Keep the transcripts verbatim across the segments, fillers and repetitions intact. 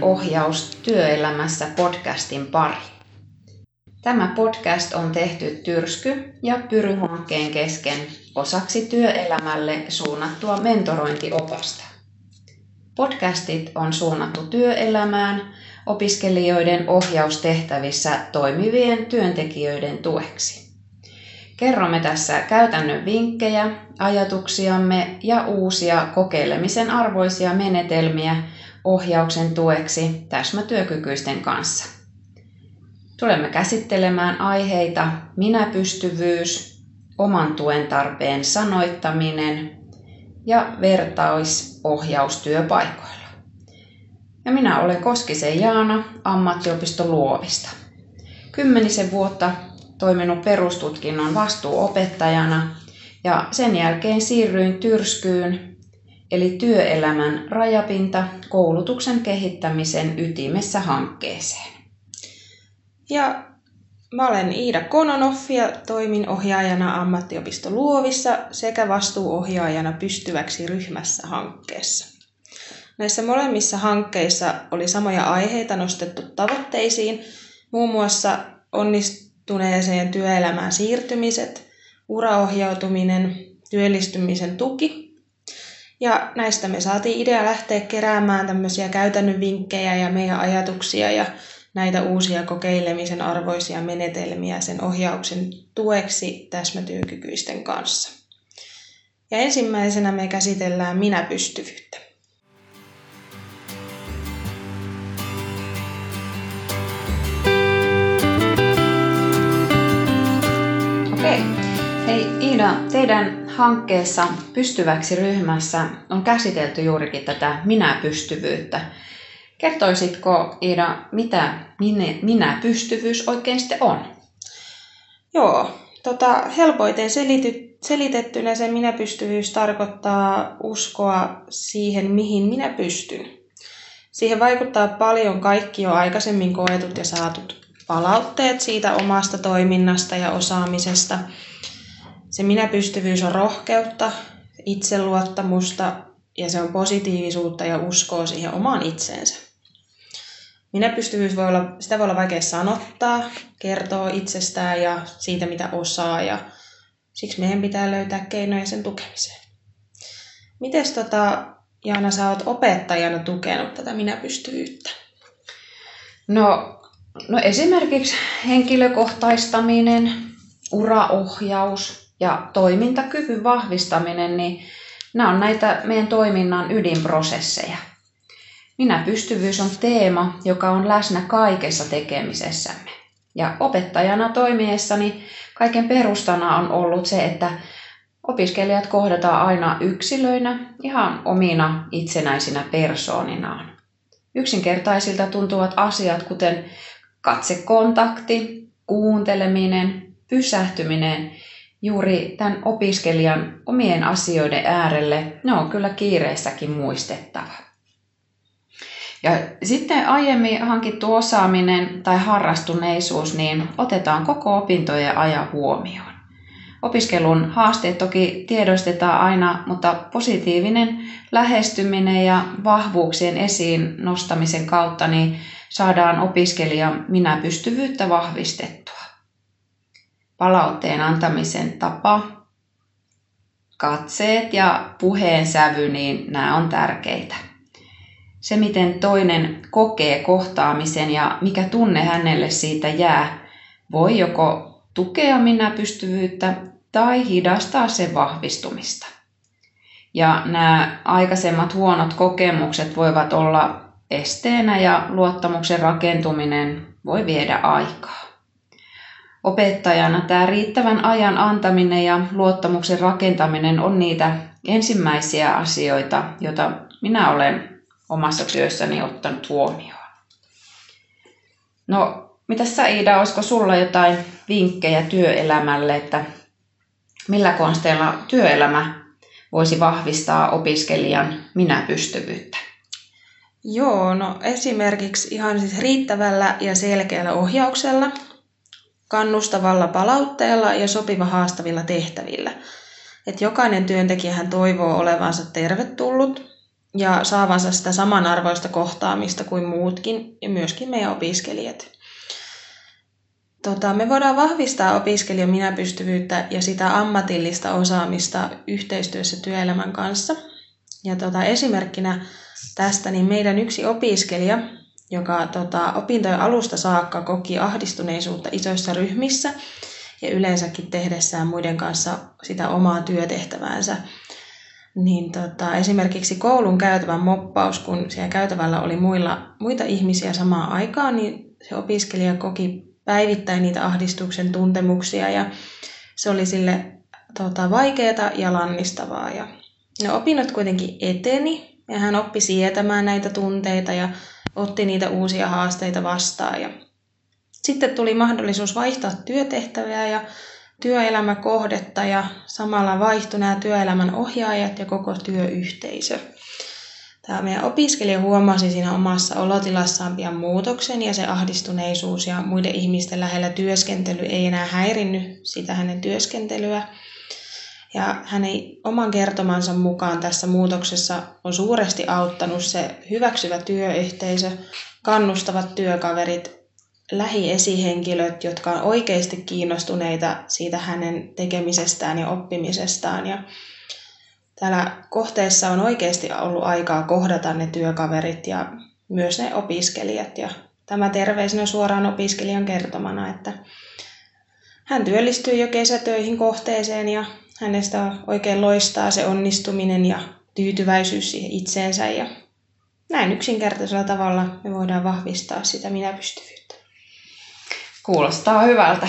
ohjaus työelämässä podcastin pari. Tämä podcast on tehty Tyrsky- ja Pyry-hankkeen kesken osaksi työelämälle suunnattua mentorointiopasta. Podcastit on suunnattu työelämään opiskelijoiden ohjaustehtävissä toimivien työntekijöiden tueksi. Kerromme tässä käytännön vinkkejä, ajatuksiamme ja uusia kokeilemisen arvoisia menetelmiä ohjauksen tueksi täsmätyökykyisten kanssa. Tulemme käsittelemään aiheita minäpystyvyys, oman tuen tarpeen sanoittaminen ja vertaisohjaus työpaikoilla. Ja minä olen Koskisen Jaana ammattiopisto Luovista. Kymmenisen vuotta toiminut perustutkinnon vastuuopettajana ja sen jälkeen siirryin Tyrskyyn eli työelämän rajapinta koulutuksen kehittämisen ytimessä hankkeeseen. Ja mä olen Iida Kononoff ja toimin ohjaajana ammattiopisto Luovissa sekä vastuuohjaajana Pystyväksi ryhmässä hankkeessa. Näissä molemmissa hankkeissa oli samoja aiheita nostettu tavoitteisiin, muun muassa onnistuneeseen työelämään siirtymiset, uraohjautuminen, työllistymisen tuki. Ja näistä me saatiin idea lähteä keräämään tämmöisiä käytännön vinkkejä ja meidän ajatuksia ja näitä uusia kokeilemisen arvoisia menetelmiä sen ohjauksen tueksi täsmätyökykyisten kanssa. Ja ensimmäisenä me käsitellään minäpystyvyyttä. Okei. Hei Iida, teidän hankkeessa Pystyväksi ryhmässä on käsitelty juurikin tätä minäpystyvyyttä. Kertoisitko Iida, mitä minäpystyvyys oikein sitten on? Joo, tota, helpoiten selity, selitettynä se minäpystyvyys tarkoittaa uskoa siihen, mihin minä pystyn. Siihen vaikuttaa paljon kaikki jo aikaisemmin koetut ja saatut palautteet siitä omasta toiminnasta ja osaamisesta. Se minäpystyvyys on rohkeutta, itseluottamusta ja se on positiivisuutta ja uskoa siihen omaan itseensä. Minäpystyvyys voi olla, sitä voi olla vaikea sanottaa, kertoa itsestään ja siitä mitä osaa ja siksi meidän pitää löytää keinoja sen tukemiseen. Mites tota, Jaana, sä oot opettajana tukenut tätä minäpystyvyyttä? No, no esimerkiksi henkilökohtaistaminen, uraohjaus ja toimintakyvyn vahvistaminen, niin nämä on näitä meidän toiminnan ydinprosesseja. Minäpystyvyys on teema, joka on läsnä kaikessa tekemisessämme. Ja opettajana toimiessani kaiken perustana on ollut se, että opiskelijat kohdataan aina yksilöinä, ihan omina itsenäisinä persooninaan. Yksinkertaisilta tuntuvat asiat, kuten katsekontakti, kuunteleminen, pysähtyminen juuri tämän opiskelijan omien asioiden äärelle, ne on kyllä kiireessäkin muistettava. Ja sitten aiemmin hankittu osaaminen tai harrastuneisuus, niin otetaan koko opintojen ajan huomioon. Opiskelun haasteet toki tiedostetaan aina, mutta positiivinen lähestyminen ja vahvuuksien esiin nostamisen kautta niin saadaan opiskelijan minäpystyvyyttä vahvistettua. Palautteen antamisen tapa, katseet ja puheen sävy, niin nämä on tärkeitä. Se, miten toinen kokee kohtaamisen ja mikä tunne hänelle siitä jää, voi joko tukea minäpystyvyyttä tai hidastaa sen vahvistumista. Ja nämä aikaisemmat huonot kokemukset voivat olla esteenä ja luottamuksen rakentuminen voi viedä aikaa. Opettajana tämä riittävän ajan antaminen ja luottamuksen rakentaminen on niitä ensimmäisiä asioita, joita minä olen omassa työssäni ottanut huomioon. No, mitäs sä Iida, olisiko sulla jotain vinkkejä työelämälle, että millä konsteilla työelämä voisi vahvistaa opiskelijan minäpystyvyyttä? Joo, no esimerkiksi ihan siis riittävällä ja selkeällä ohjauksella, kannustavalla palautteella ja sopiva haastavilla tehtävillä. Että jokainen työntekijähän toivoo olevansa tervetullut ja saavansa sitä samanarvoista kohtaamista kuin muutkin ja myöskin meidän opiskelijat. Tota, me voidaan vahvistaa opiskelijan minäpystyvyyttä ja sitä ammatillista osaamista yhteistyössä työelämän kanssa. Ja tota, esimerkkinä tästä niin meidän yksi opiskelija, joka tota, opintojen alusta saakka koki ahdistuneisuutta isoissa ryhmissä ja yleensäkin tehdessään muiden kanssa sitä omaa työtehtäväänsä, niin tota, esimerkiksi koulun käytävän moppaus, kun siellä käytävällä oli muilla, muita ihmisiä samaan aikaan, niin se opiskelija koki päivittäin niitä ahdistuksen tuntemuksia ja se oli sille tota, vaikeaa ja lannistavaa. Ja ne opinnot kuitenkin eteni ja hän oppi sietämään näitä tunteita ja otti niitä uusia haasteita vastaan. Ja sitten tuli mahdollisuus vaihtaa työtehtäviä ja työelämäkohdetta ja samalla vaihtui nämä työelämän ohjaajat ja koko työyhteisö. Tämä meidän opiskelija huomasi siinä omassa olotilassaan pian muutoksen ja se ahdistuneisuus ja muiden ihmisten lähellä työskentely ei enää häirinnyt sitä hänen työskentelyä. Ja hänen oman kertomansa mukaan tässä muutoksessa on suuresti auttanut se hyväksyvä työyhteisö, kannustavat työkaverit, lähiesihenkilöt, jotka on oikeasti kiinnostuneita siitä hänen tekemisestään ja oppimisestaan. Ja täällä kohteessa on oikeasti ollut aikaa kohdata ne työkaverit ja myös ne opiskelijat. Ja tämä terveisenä suoraan opiskelijan kertomana, että hän työllistyy jo kesätöihin kohteeseen ja hänestä oikein loistaa se onnistuminen ja tyytyväisyys siihen itseensä. Ja näin yksinkertaisella tavalla me voidaan vahvistaa sitä minäpystyvyyttä. Kuulostaa hyvältä.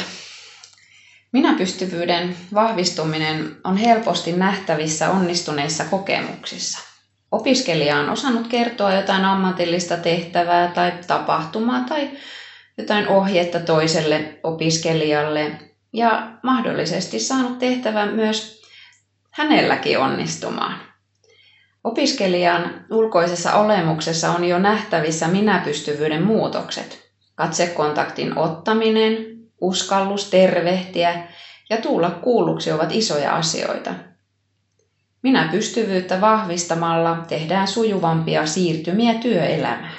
Minäpystyvyyden vahvistuminen on helposti nähtävissä onnistuneissa kokemuksissa. Opiskelija on osannut kertoa jotain ammatillista tehtävää tai tapahtumaa tai jotain ohjetta toiselle opiskelijalle ja mahdollisesti saanut tehtävän myös hänelläkin onnistumaan. Opiskelijan ulkoisessa olemuksessa on jo nähtävissä minäpystyvyyden muutokset. Katsekontaktin ottaminen, uskallus tervehtiä ja tulla kuulluksi ovat isoja asioita. Minäpystyvyyttä vahvistamalla tehdään sujuvampia siirtymiä työelämään.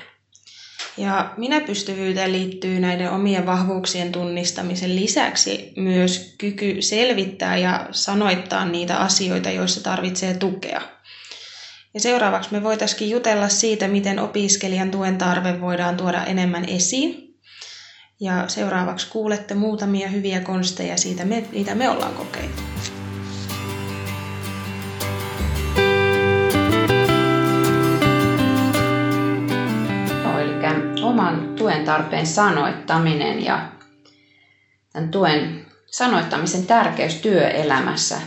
Ja minäpystyvyyteen liittyy näiden omien vahvuuksien tunnistamisen lisäksi myös kyky selvittää ja sanoittaa niitä asioita, joissa tarvitsee tukea. Ja seuraavaksi me voitaisiin jutella siitä, miten opiskelijan tuen tarve voidaan tuoda enemmän esiin. Ja seuraavaksi kuulette muutamia hyviä konsteja siitä, mitä me ollaan kokeiltu. No, eli oman tuen tarpeen sanoittaminen ja tämän tuen sanoittamisen tärkeys työelämässä.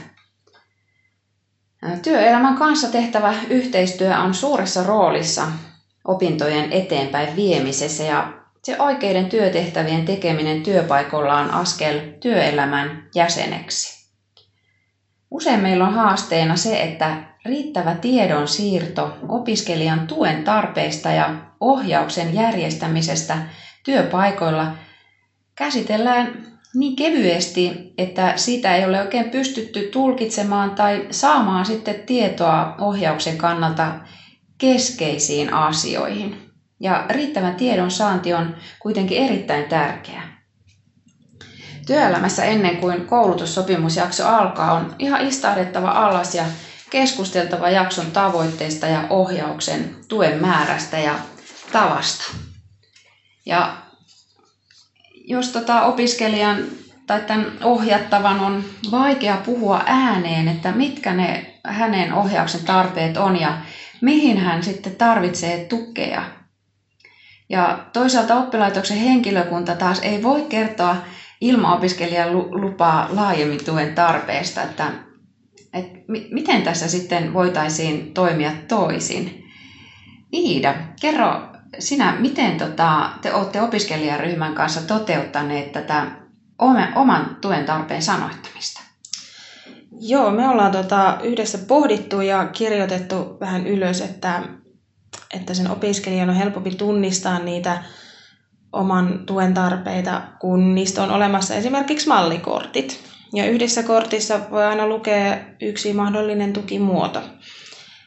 Työelämän kanssa tehtävä yhteistyö on suuressa roolissa opintojen eteenpäin viemisessä ja se oikeiden työtehtävien tekeminen työpaikoilla on askel työelämän jäseneksi. Usein meillä on haasteena se, että riittävä tiedon siirto opiskelijan tuen tarpeista ja ohjauksen järjestämisestä työpaikoilla käsitellään niin kevyesti, että siitä ei ole oikein pystytty tulkitsemaan tai saamaan sitten tietoa ohjauksen kannalta keskeisiin asioihin. Ja riittävän tiedon saanti on kuitenkin erittäin tärkeää. Työelämässä ennen kuin koulutussopimusjakso alkaa, on ihan istahdettava alas ja keskusteltava jakson tavoitteista ja ohjauksen tuen määrästä ja tavasta. Ja jos tota opiskelijan tai tämän ohjattavan on vaikea puhua ääneen, että mitkä ne hänen ohjauksen tarpeet on ja mihin hän sitten tarvitsee tukea. Ja toisaalta oppilaitoksen henkilökunta taas ei voi kertoa ilman opiskelijan lupaa laajemmin tuen tarpeesta, että, että miten tässä sitten voitaisiin toimia toisin. Iida, kerro sinä, miten tota, te olette opiskelijaryhmän kanssa toteuttaneet tätä oman tuen tarpeen sanoittamista? Joo, me ollaan tota yhdessä pohdittu ja kirjoitettu vähän ylös, että, että sen opiskelijan on helpompi tunnistaa niitä oman tuen tarpeita, kun niistä on olemassa esimerkiksi mallikortit. Ja yhdessä kortissa voi aina lukea yksi mahdollinen tukimuoto.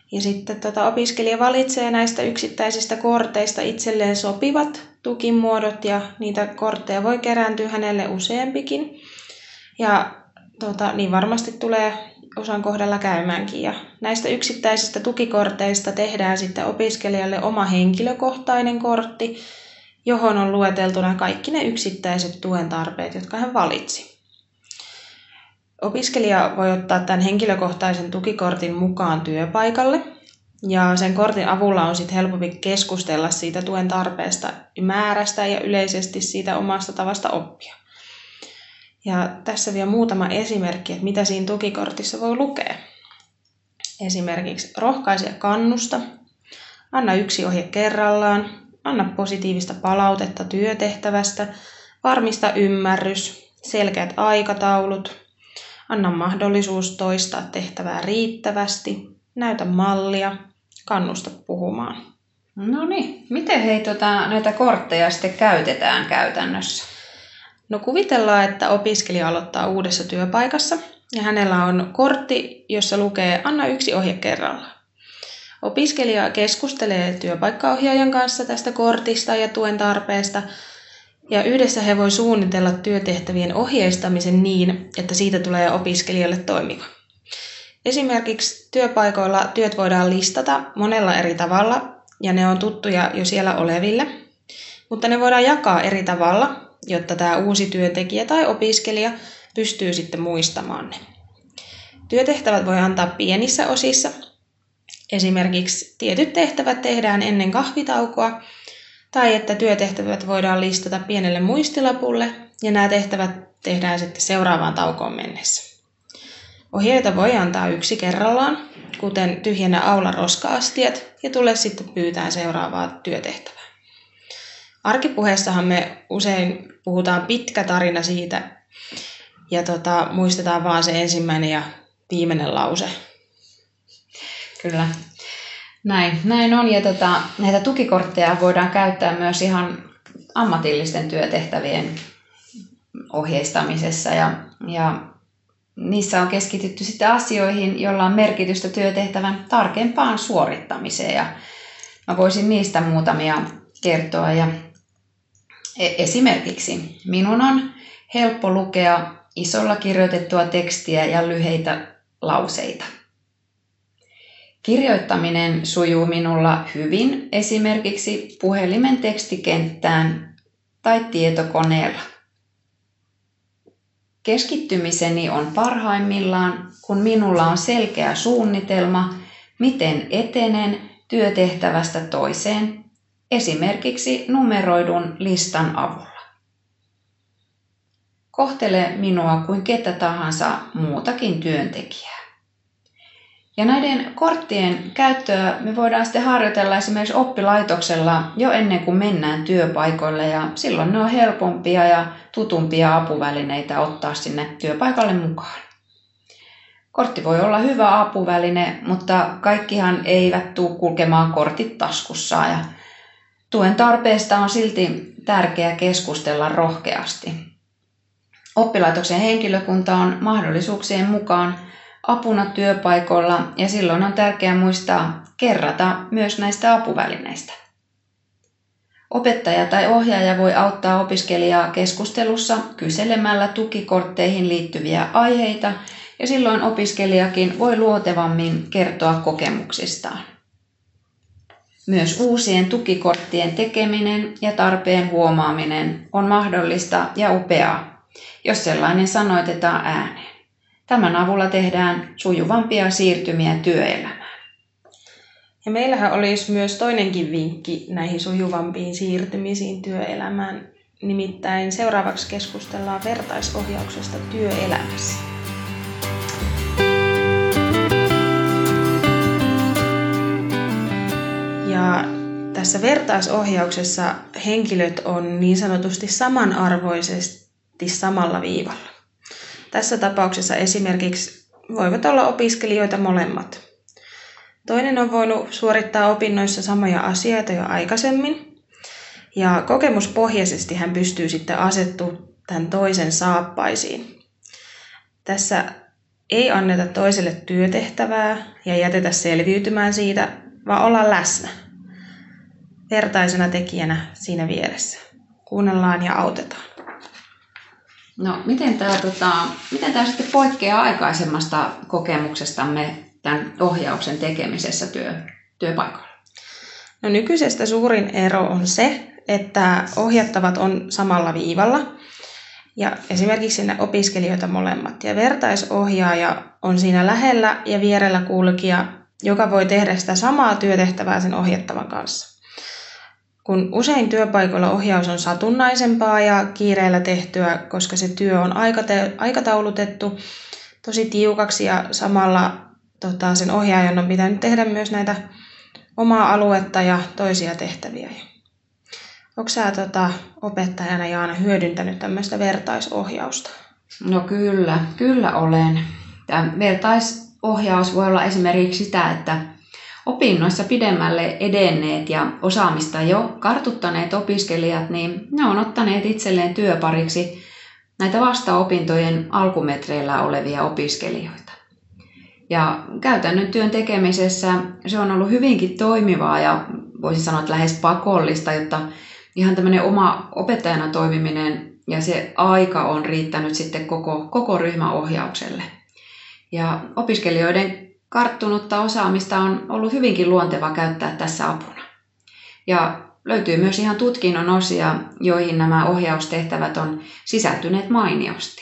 Ja sitten tota, opiskelija valitsee näistä yksittäisistä korteista itselleen sopivat tukimuodot ja niitä kortteja voi kerääntyä hänelle useampikin. Ja tota, niin varmasti tulee osan kohdalla käymäänkin. Ja näistä yksittäisistä tukikorteista tehdään sitten opiskelijalle oma henkilökohtainen kortti, johon on lueteltuna kaikki ne yksittäiset tuen tarpeet, jotka hän valitsi. Opiskelija voi ottaa tämän henkilökohtaisen tukikortin mukaan työpaikalle ja sen kortin avulla on sitten helpompi keskustella siitä tuen tarpeesta, määrästä ja yleisesti siitä omasta tavasta oppia. Ja tässä vielä muutama esimerkki, että mitä siinä tukikortissa voi lukea. Esimerkiksi rohkaise ja kannusta, anna yksi ohje kerrallaan, anna positiivista palautetta työtehtävästä, varmista ymmärrys, selkeät aikataulut, anna mahdollisuus toistaa tehtävää riittävästi, näytä mallia, kannusta puhumaan. No niin, miten hei tota, näitä kortteja sitten käytetään käytännössä? No kuvitellaan, että opiskelija aloittaa uudessa työpaikassa ja hänellä on kortti, jossa lukee anna yksi ohje kerrallaan. Opiskelija keskustelee työpaikkaohjaajan kanssa tästä kortista ja tuen tarpeesta ja yhdessä he voi suunnitella työtehtävien ohjeistamisen niin, että siitä tulee opiskelijalle toimiva. Esimerkiksi työpaikoilla työt voidaan listata monella eri tavalla ja ne on tuttuja jo siellä oleville, mutta ne voidaan jakaa eri tavalla, jotta tämä uusi työntekijä tai opiskelija pystyy sitten muistamaan ne. Työtehtävät voi antaa pienissä osissa. Esimerkiksi tietyt tehtävät tehdään ennen kahvitaukoa, tai että työtehtävät voidaan listata pienelle muistilapulle, ja nämä tehtävät tehdään sitten seuraavaan taukoon mennessä. Ohjeita voi antaa yksi kerrallaan, kuten tyhjennä aulan roska-astiat, ja tule sitten pyytää seuraavaa työtehtävää. Arkipuheessahan me usein puhutaan pitkä tarina siitä, ja tota, muistetaan vaan se ensimmäinen ja viimeinen lause. Kyllä, näin, näin on. Ja tota, näitä tukikortteja voidaan käyttää myös ihan ammatillisten työtehtävien ohjeistamisessa. Ja, ja niissä on keskitytty sitten asioihin, joilla on merkitystä työtehtävän tarkempaan suorittamiseen. Ja mä voisin niistä muutamia kertoa. Ja esimerkiksi minun on helppo lukea isolla kirjoitettua tekstiä ja lyhyitä lauseita. Kirjoittaminen sujuu minulla hyvin esimerkiksi puhelimen tekstikenttään tai tietokoneella. Keskittymiseni on parhaimmillaan, kun minulla on selkeä suunnitelma, miten etenen työtehtävästä toiseen, esimerkiksi numeroidun listan avulla. Kohtele minua kuin ketä tahansa muutakin työntekijää. Ja näiden korttien käyttöä me voidaan sitten harjoitella esimerkiksi oppilaitoksella jo ennen kuin mennään työpaikoille ja silloin ne on helpompia ja tutumpia apuvälineitä ottaa sinne työpaikalle mukaan. Kortti voi olla hyvä apuväline, mutta kaikkihan eivät tule kulkemaan kortit taskussaan ja tuen tarpeesta on silti tärkeää keskustella rohkeasti. Oppilaitoksen henkilökunta on mahdollisuuksien mukaan apuna työpaikoilla ja silloin on tärkeää muistaa kerrata myös näistä apuvälineistä. Opettaja tai ohjaaja voi auttaa opiskelijaa keskustelussa kyselemällä tukikortteihin liittyviä aiheita ja silloin opiskelijakin voi luontevammin kertoa kokemuksistaan. Myös uusien tukikorttien tekeminen ja tarpeen huomaaminen on mahdollista ja upeaa, jos sellainen sanoitetaan ääneen. Tämän avulla tehdään sujuvampia siirtymiä työelämään. Ja meillähän olisi myös toinenkin vinkki näihin sujuvampiin siirtymisiin työelämään. Nimittäin seuraavaksi keskustellaan vertaisohjauksesta työelämässä. Ja tässä vertaisohjauksessa henkilöt on niin sanotusti samanarvoisesti samalla viivalla. Tässä tapauksessa esimerkiksi voivat olla opiskelijoita molemmat. Toinen on voinut suorittaa opinnoissa samoja asioita jo aikaisemmin. Ja kokemuspohjaisesti hän pystyy sitten asettumaan tämän toisen saappaisiin. Tässä ei anneta toiselle työtehtävää ja jätetä selviytymään siitä, vaan olla läsnä. Vertaisena tekijänä siinä vieressä. Kuunnellaan ja autetaan. No, miten tämä tota, miten tämä sitten poikkeaa aikaisemmasta kokemuksestamme tämän ohjauksen tekemisessä työ, työpaikoilla? No, nykyisestä suurin ero on se, että ohjattavat on samalla viivalla ja esimerkiksi sinne opiskelijoita molemmat. Ja vertaisohjaaja on siinä lähellä ja vierellä kulkija, joka voi tehdä sitä samaa työtehtävää sen ohjattavan kanssa. Kun usein työpaikoilla ohjaus on satunnaisempaa ja kiireellä tehtyä, koska se työ on aikataulutettu tosi tiukaksi ja samalla tota, sen ohjaajan on pitänyt tehdä myös näitä omaa aluetta ja toisia tehtäviä. Onko sä tota, opettajana, Jaana, hyödyntänyt tämmöistä vertaisohjausta? No kyllä, kyllä olen. Tämä vertaisohjaus voi olla esimerkiksi sitä, että opinnoissa pidemmälle edenneet ja osaamista jo kartuttaneet opiskelijat, niin ne on ottaneet itselleen työpariksi näitä vasta opintojen alkumetreillä olevia opiskelijoita. Ja käytännön työn tekemisessä se on ollut hyvinkin toimivaa ja voisin sanoa, että lähes pakollista, jotta ihan tämmöinen oma opettajana toimiminen ja se aika on riittänyt sitten koko, koko ryhmäohjaukselle. Ja opiskelijoiden karttunutta osaamista on ollut hyvinkin luonteva käyttää tässä apuna. Ja löytyy myös ihan tutkinnon osia, joihin nämä ohjaustehtävät on sisältyneet mainiosti.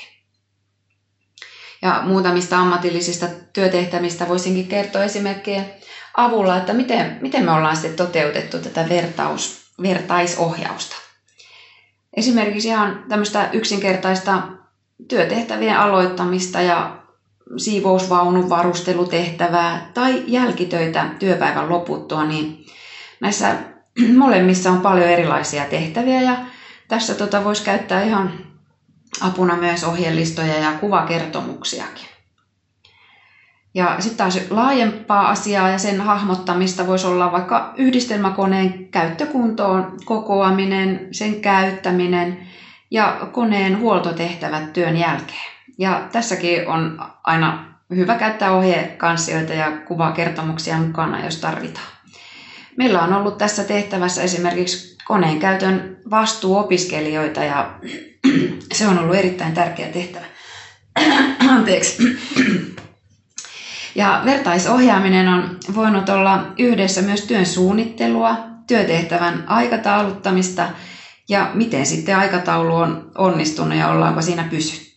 Ja muutamista ammatillisista työtehtävistä voisinkin kertoa esimerkkejä avulla, että miten, miten me ollaan sitten toteutettu tätä vertaus, vertaisohjausta. Esimerkiksi ihan tämmöistä yksinkertaista työtehtävien aloittamista ja siivousvaunun varustelutehtävää tai jälkitöitä työpäivän loputtua, niin näissä molemmissa on paljon erilaisia tehtäviä ja tässä tota voisi käyttää ihan apuna myös ohjelistoja ja kuvakertomuksiakin. Ja sitten taas laajempaa asiaa ja sen hahmottamista voisi olla vaikka yhdistelmäkoneen käyttökuntoon kokoaminen, sen käyttäminen ja koneen huoltotehtävät työn jälkeen. Ja tässäkin on aina hyvä käyttää ohjekansioita ja kuvakertomuksia mukana, jos tarvitaan. Meillä on ollut tässä tehtävässä esimerkiksi koneen käytön vastuuopiskelijoita ja se on ollut erittäin tärkeä tehtävä. Anteeksi. Ja vertaisohjaaminen on voinut olla yhdessä myös työn suunnittelua, työtehtävän aikatauluttamista ja miten sitten aikataulu on onnistunut ja ollaanko siinä pysytty.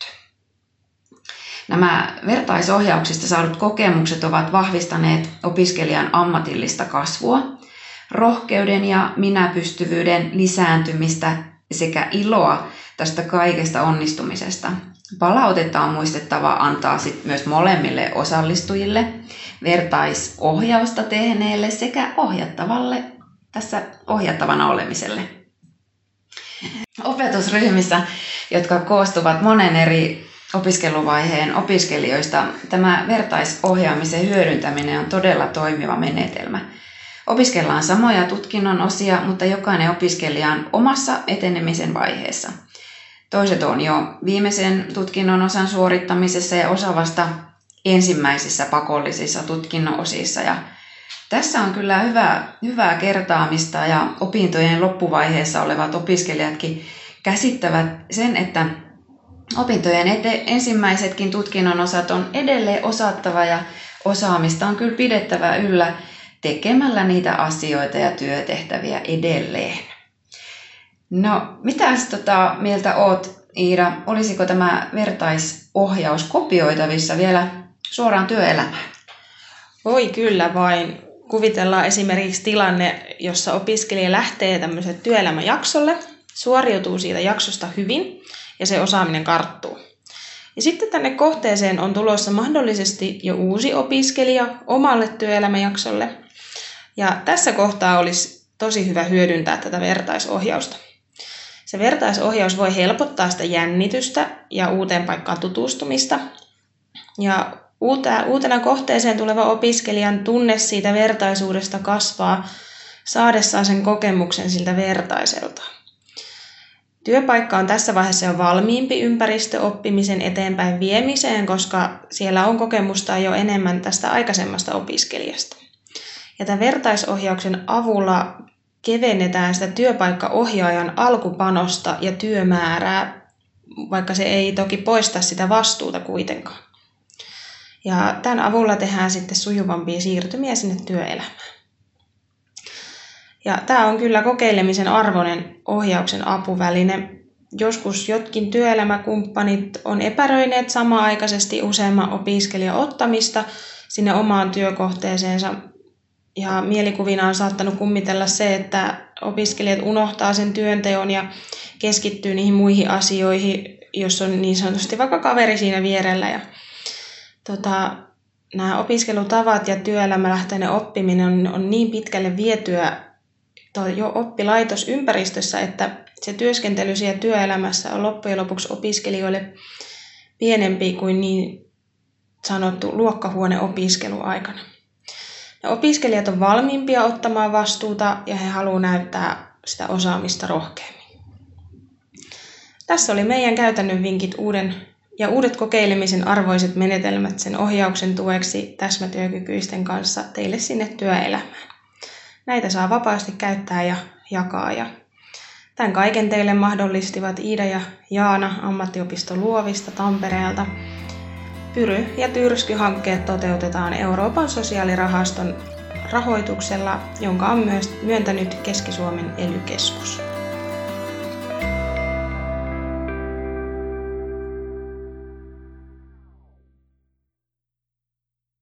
Nämä vertaisohjauksista saadut kokemukset ovat vahvistaneet opiskelijan ammatillista kasvua, rohkeuden ja minäpystyvyyden lisääntymistä sekä iloa tästä kaikesta onnistumisesta. Palautetta on muistettava antaa sit myös molemmille osallistujille, vertaisohjausta tehneelle sekä ohjattavalle tässä ohjattavana olemiselle. Opetusryhmissä, jotka koostuvat monen eri opiskeluvaiheen opiskelijoista, tämä vertaisohjaamisen hyödyntäminen on todella toimiva menetelmä. Opiskellaan samoja tutkinnon osia, mutta jokainen opiskelija on omassa etenemisen vaiheessa. Toiset on jo viimeisen tutkinnon osan suorittamisessa ja osa vasta ensimmäisissä pakollisissa tutkinnon osissa. Ja tässä on kyllä hyvää, hyvää kertaamista ja opintojen loppuvaiheessa olevat opiskelijatkin käsittävät sen, että opintojen ete- ensimmäisetkin tutkinnon osat on edelleen osattava ja osaamista on kyllä pidettävä yllä tekemällä niitä asioita ja työtehtäviä edelleen. No, mitäs tota mieltä oot, Iida? Olisiko tämä vertaisohjaus kopioitavissa vielä suoraan työelämään? Voi kyllä vain. Kuvitellaan esimerkiksi tilanne, jossa opiskelija lähtee tämmöiselle työelämäjaksolle, suoriutuu siitä jaksosta hyvin ja se osaaminen karttuu. Ja sitten tänne kohteeseen on tulossa mahdollisesti jo uusi opiskelija omalle työelämäjaksolle. Ja tässä kohtaa olisi tosi hyvä hyödyntää tätä vertaisohjausta. Se vertaisohjaus voi helpottaa sitä jännitystä ja uuteen paikkaan tutustumista. Ja uutena kohteeseen tuleva opiskelijan tunne siitä vertaisuudesta kasvaa saadessaan sen kokemuksen siltä vertaiselta. Työpaikka on tässä vaiheessa jo valmiimpi ympäristö oppimisen eteenpäin viemiseen, koska siellä on kokemusta jo enemmän tästä aikaisemmasta opiskelijasta. Ja tämän vertaisohjauksen avulla kevennetään sitä työpaikkaohjaajan alkupanosta ja työmäärää, vaikka se ei toki poista sitä vastuuta kuitenkaan. Ja tämän avulla tehdään sitten sujuvampia siirtymiä sinne työelämään. Ja tämä on kyllä kokeilemisen arvoinen ohjauksen apuväline. Joskus jotkin työelämäkumppanit on epäröineet samaaikaisesti useamman opiskelijan ottamista sinne omaan työkohteeseensa. Ja mielikuvina on saattanut kummitella se, että opiskelijat unohtaa sen työnteon ja keskittyy niihin muihin asioihin, jos on niin sanotusti vaikka kaveri siinä vierellä. Ja, tota, nämä opiskelutavat ja työelämälähtöinen oppiminen on, on niin pitkälle vietyä jo oppilaitosympäristössä, että se työskentely siellä työelämässä on loppujen lopuksi opiskelijoille pienempi kuin niin sanottu luokkahuoneopiskelu aikana. Ja opiskelijat on valmiimpia ottamaan vastuuta ja he haluavat näyttää sitä osaamista rohkeammin. Tässä oli meidän käytännön vinkit uuden ja uudet kokeilemisen arvoiset menetelmät sen ohjauksen tueksi täsmätyökykyisten kanssa teille sinne työelämään. Näitä saa vapaasti käyttää ja jakaa. Ja tämän kaiken teille mahdollistivat Iida ja Jaana ammattiopisto Luovista Tampereelta. Pyry- ja Tyrsky-hankkeet toteutetaan Euroopan sosiaalirahaston rahoituksella, jonka on myös myöntänyt Keski-Suomen E L Y-keskus.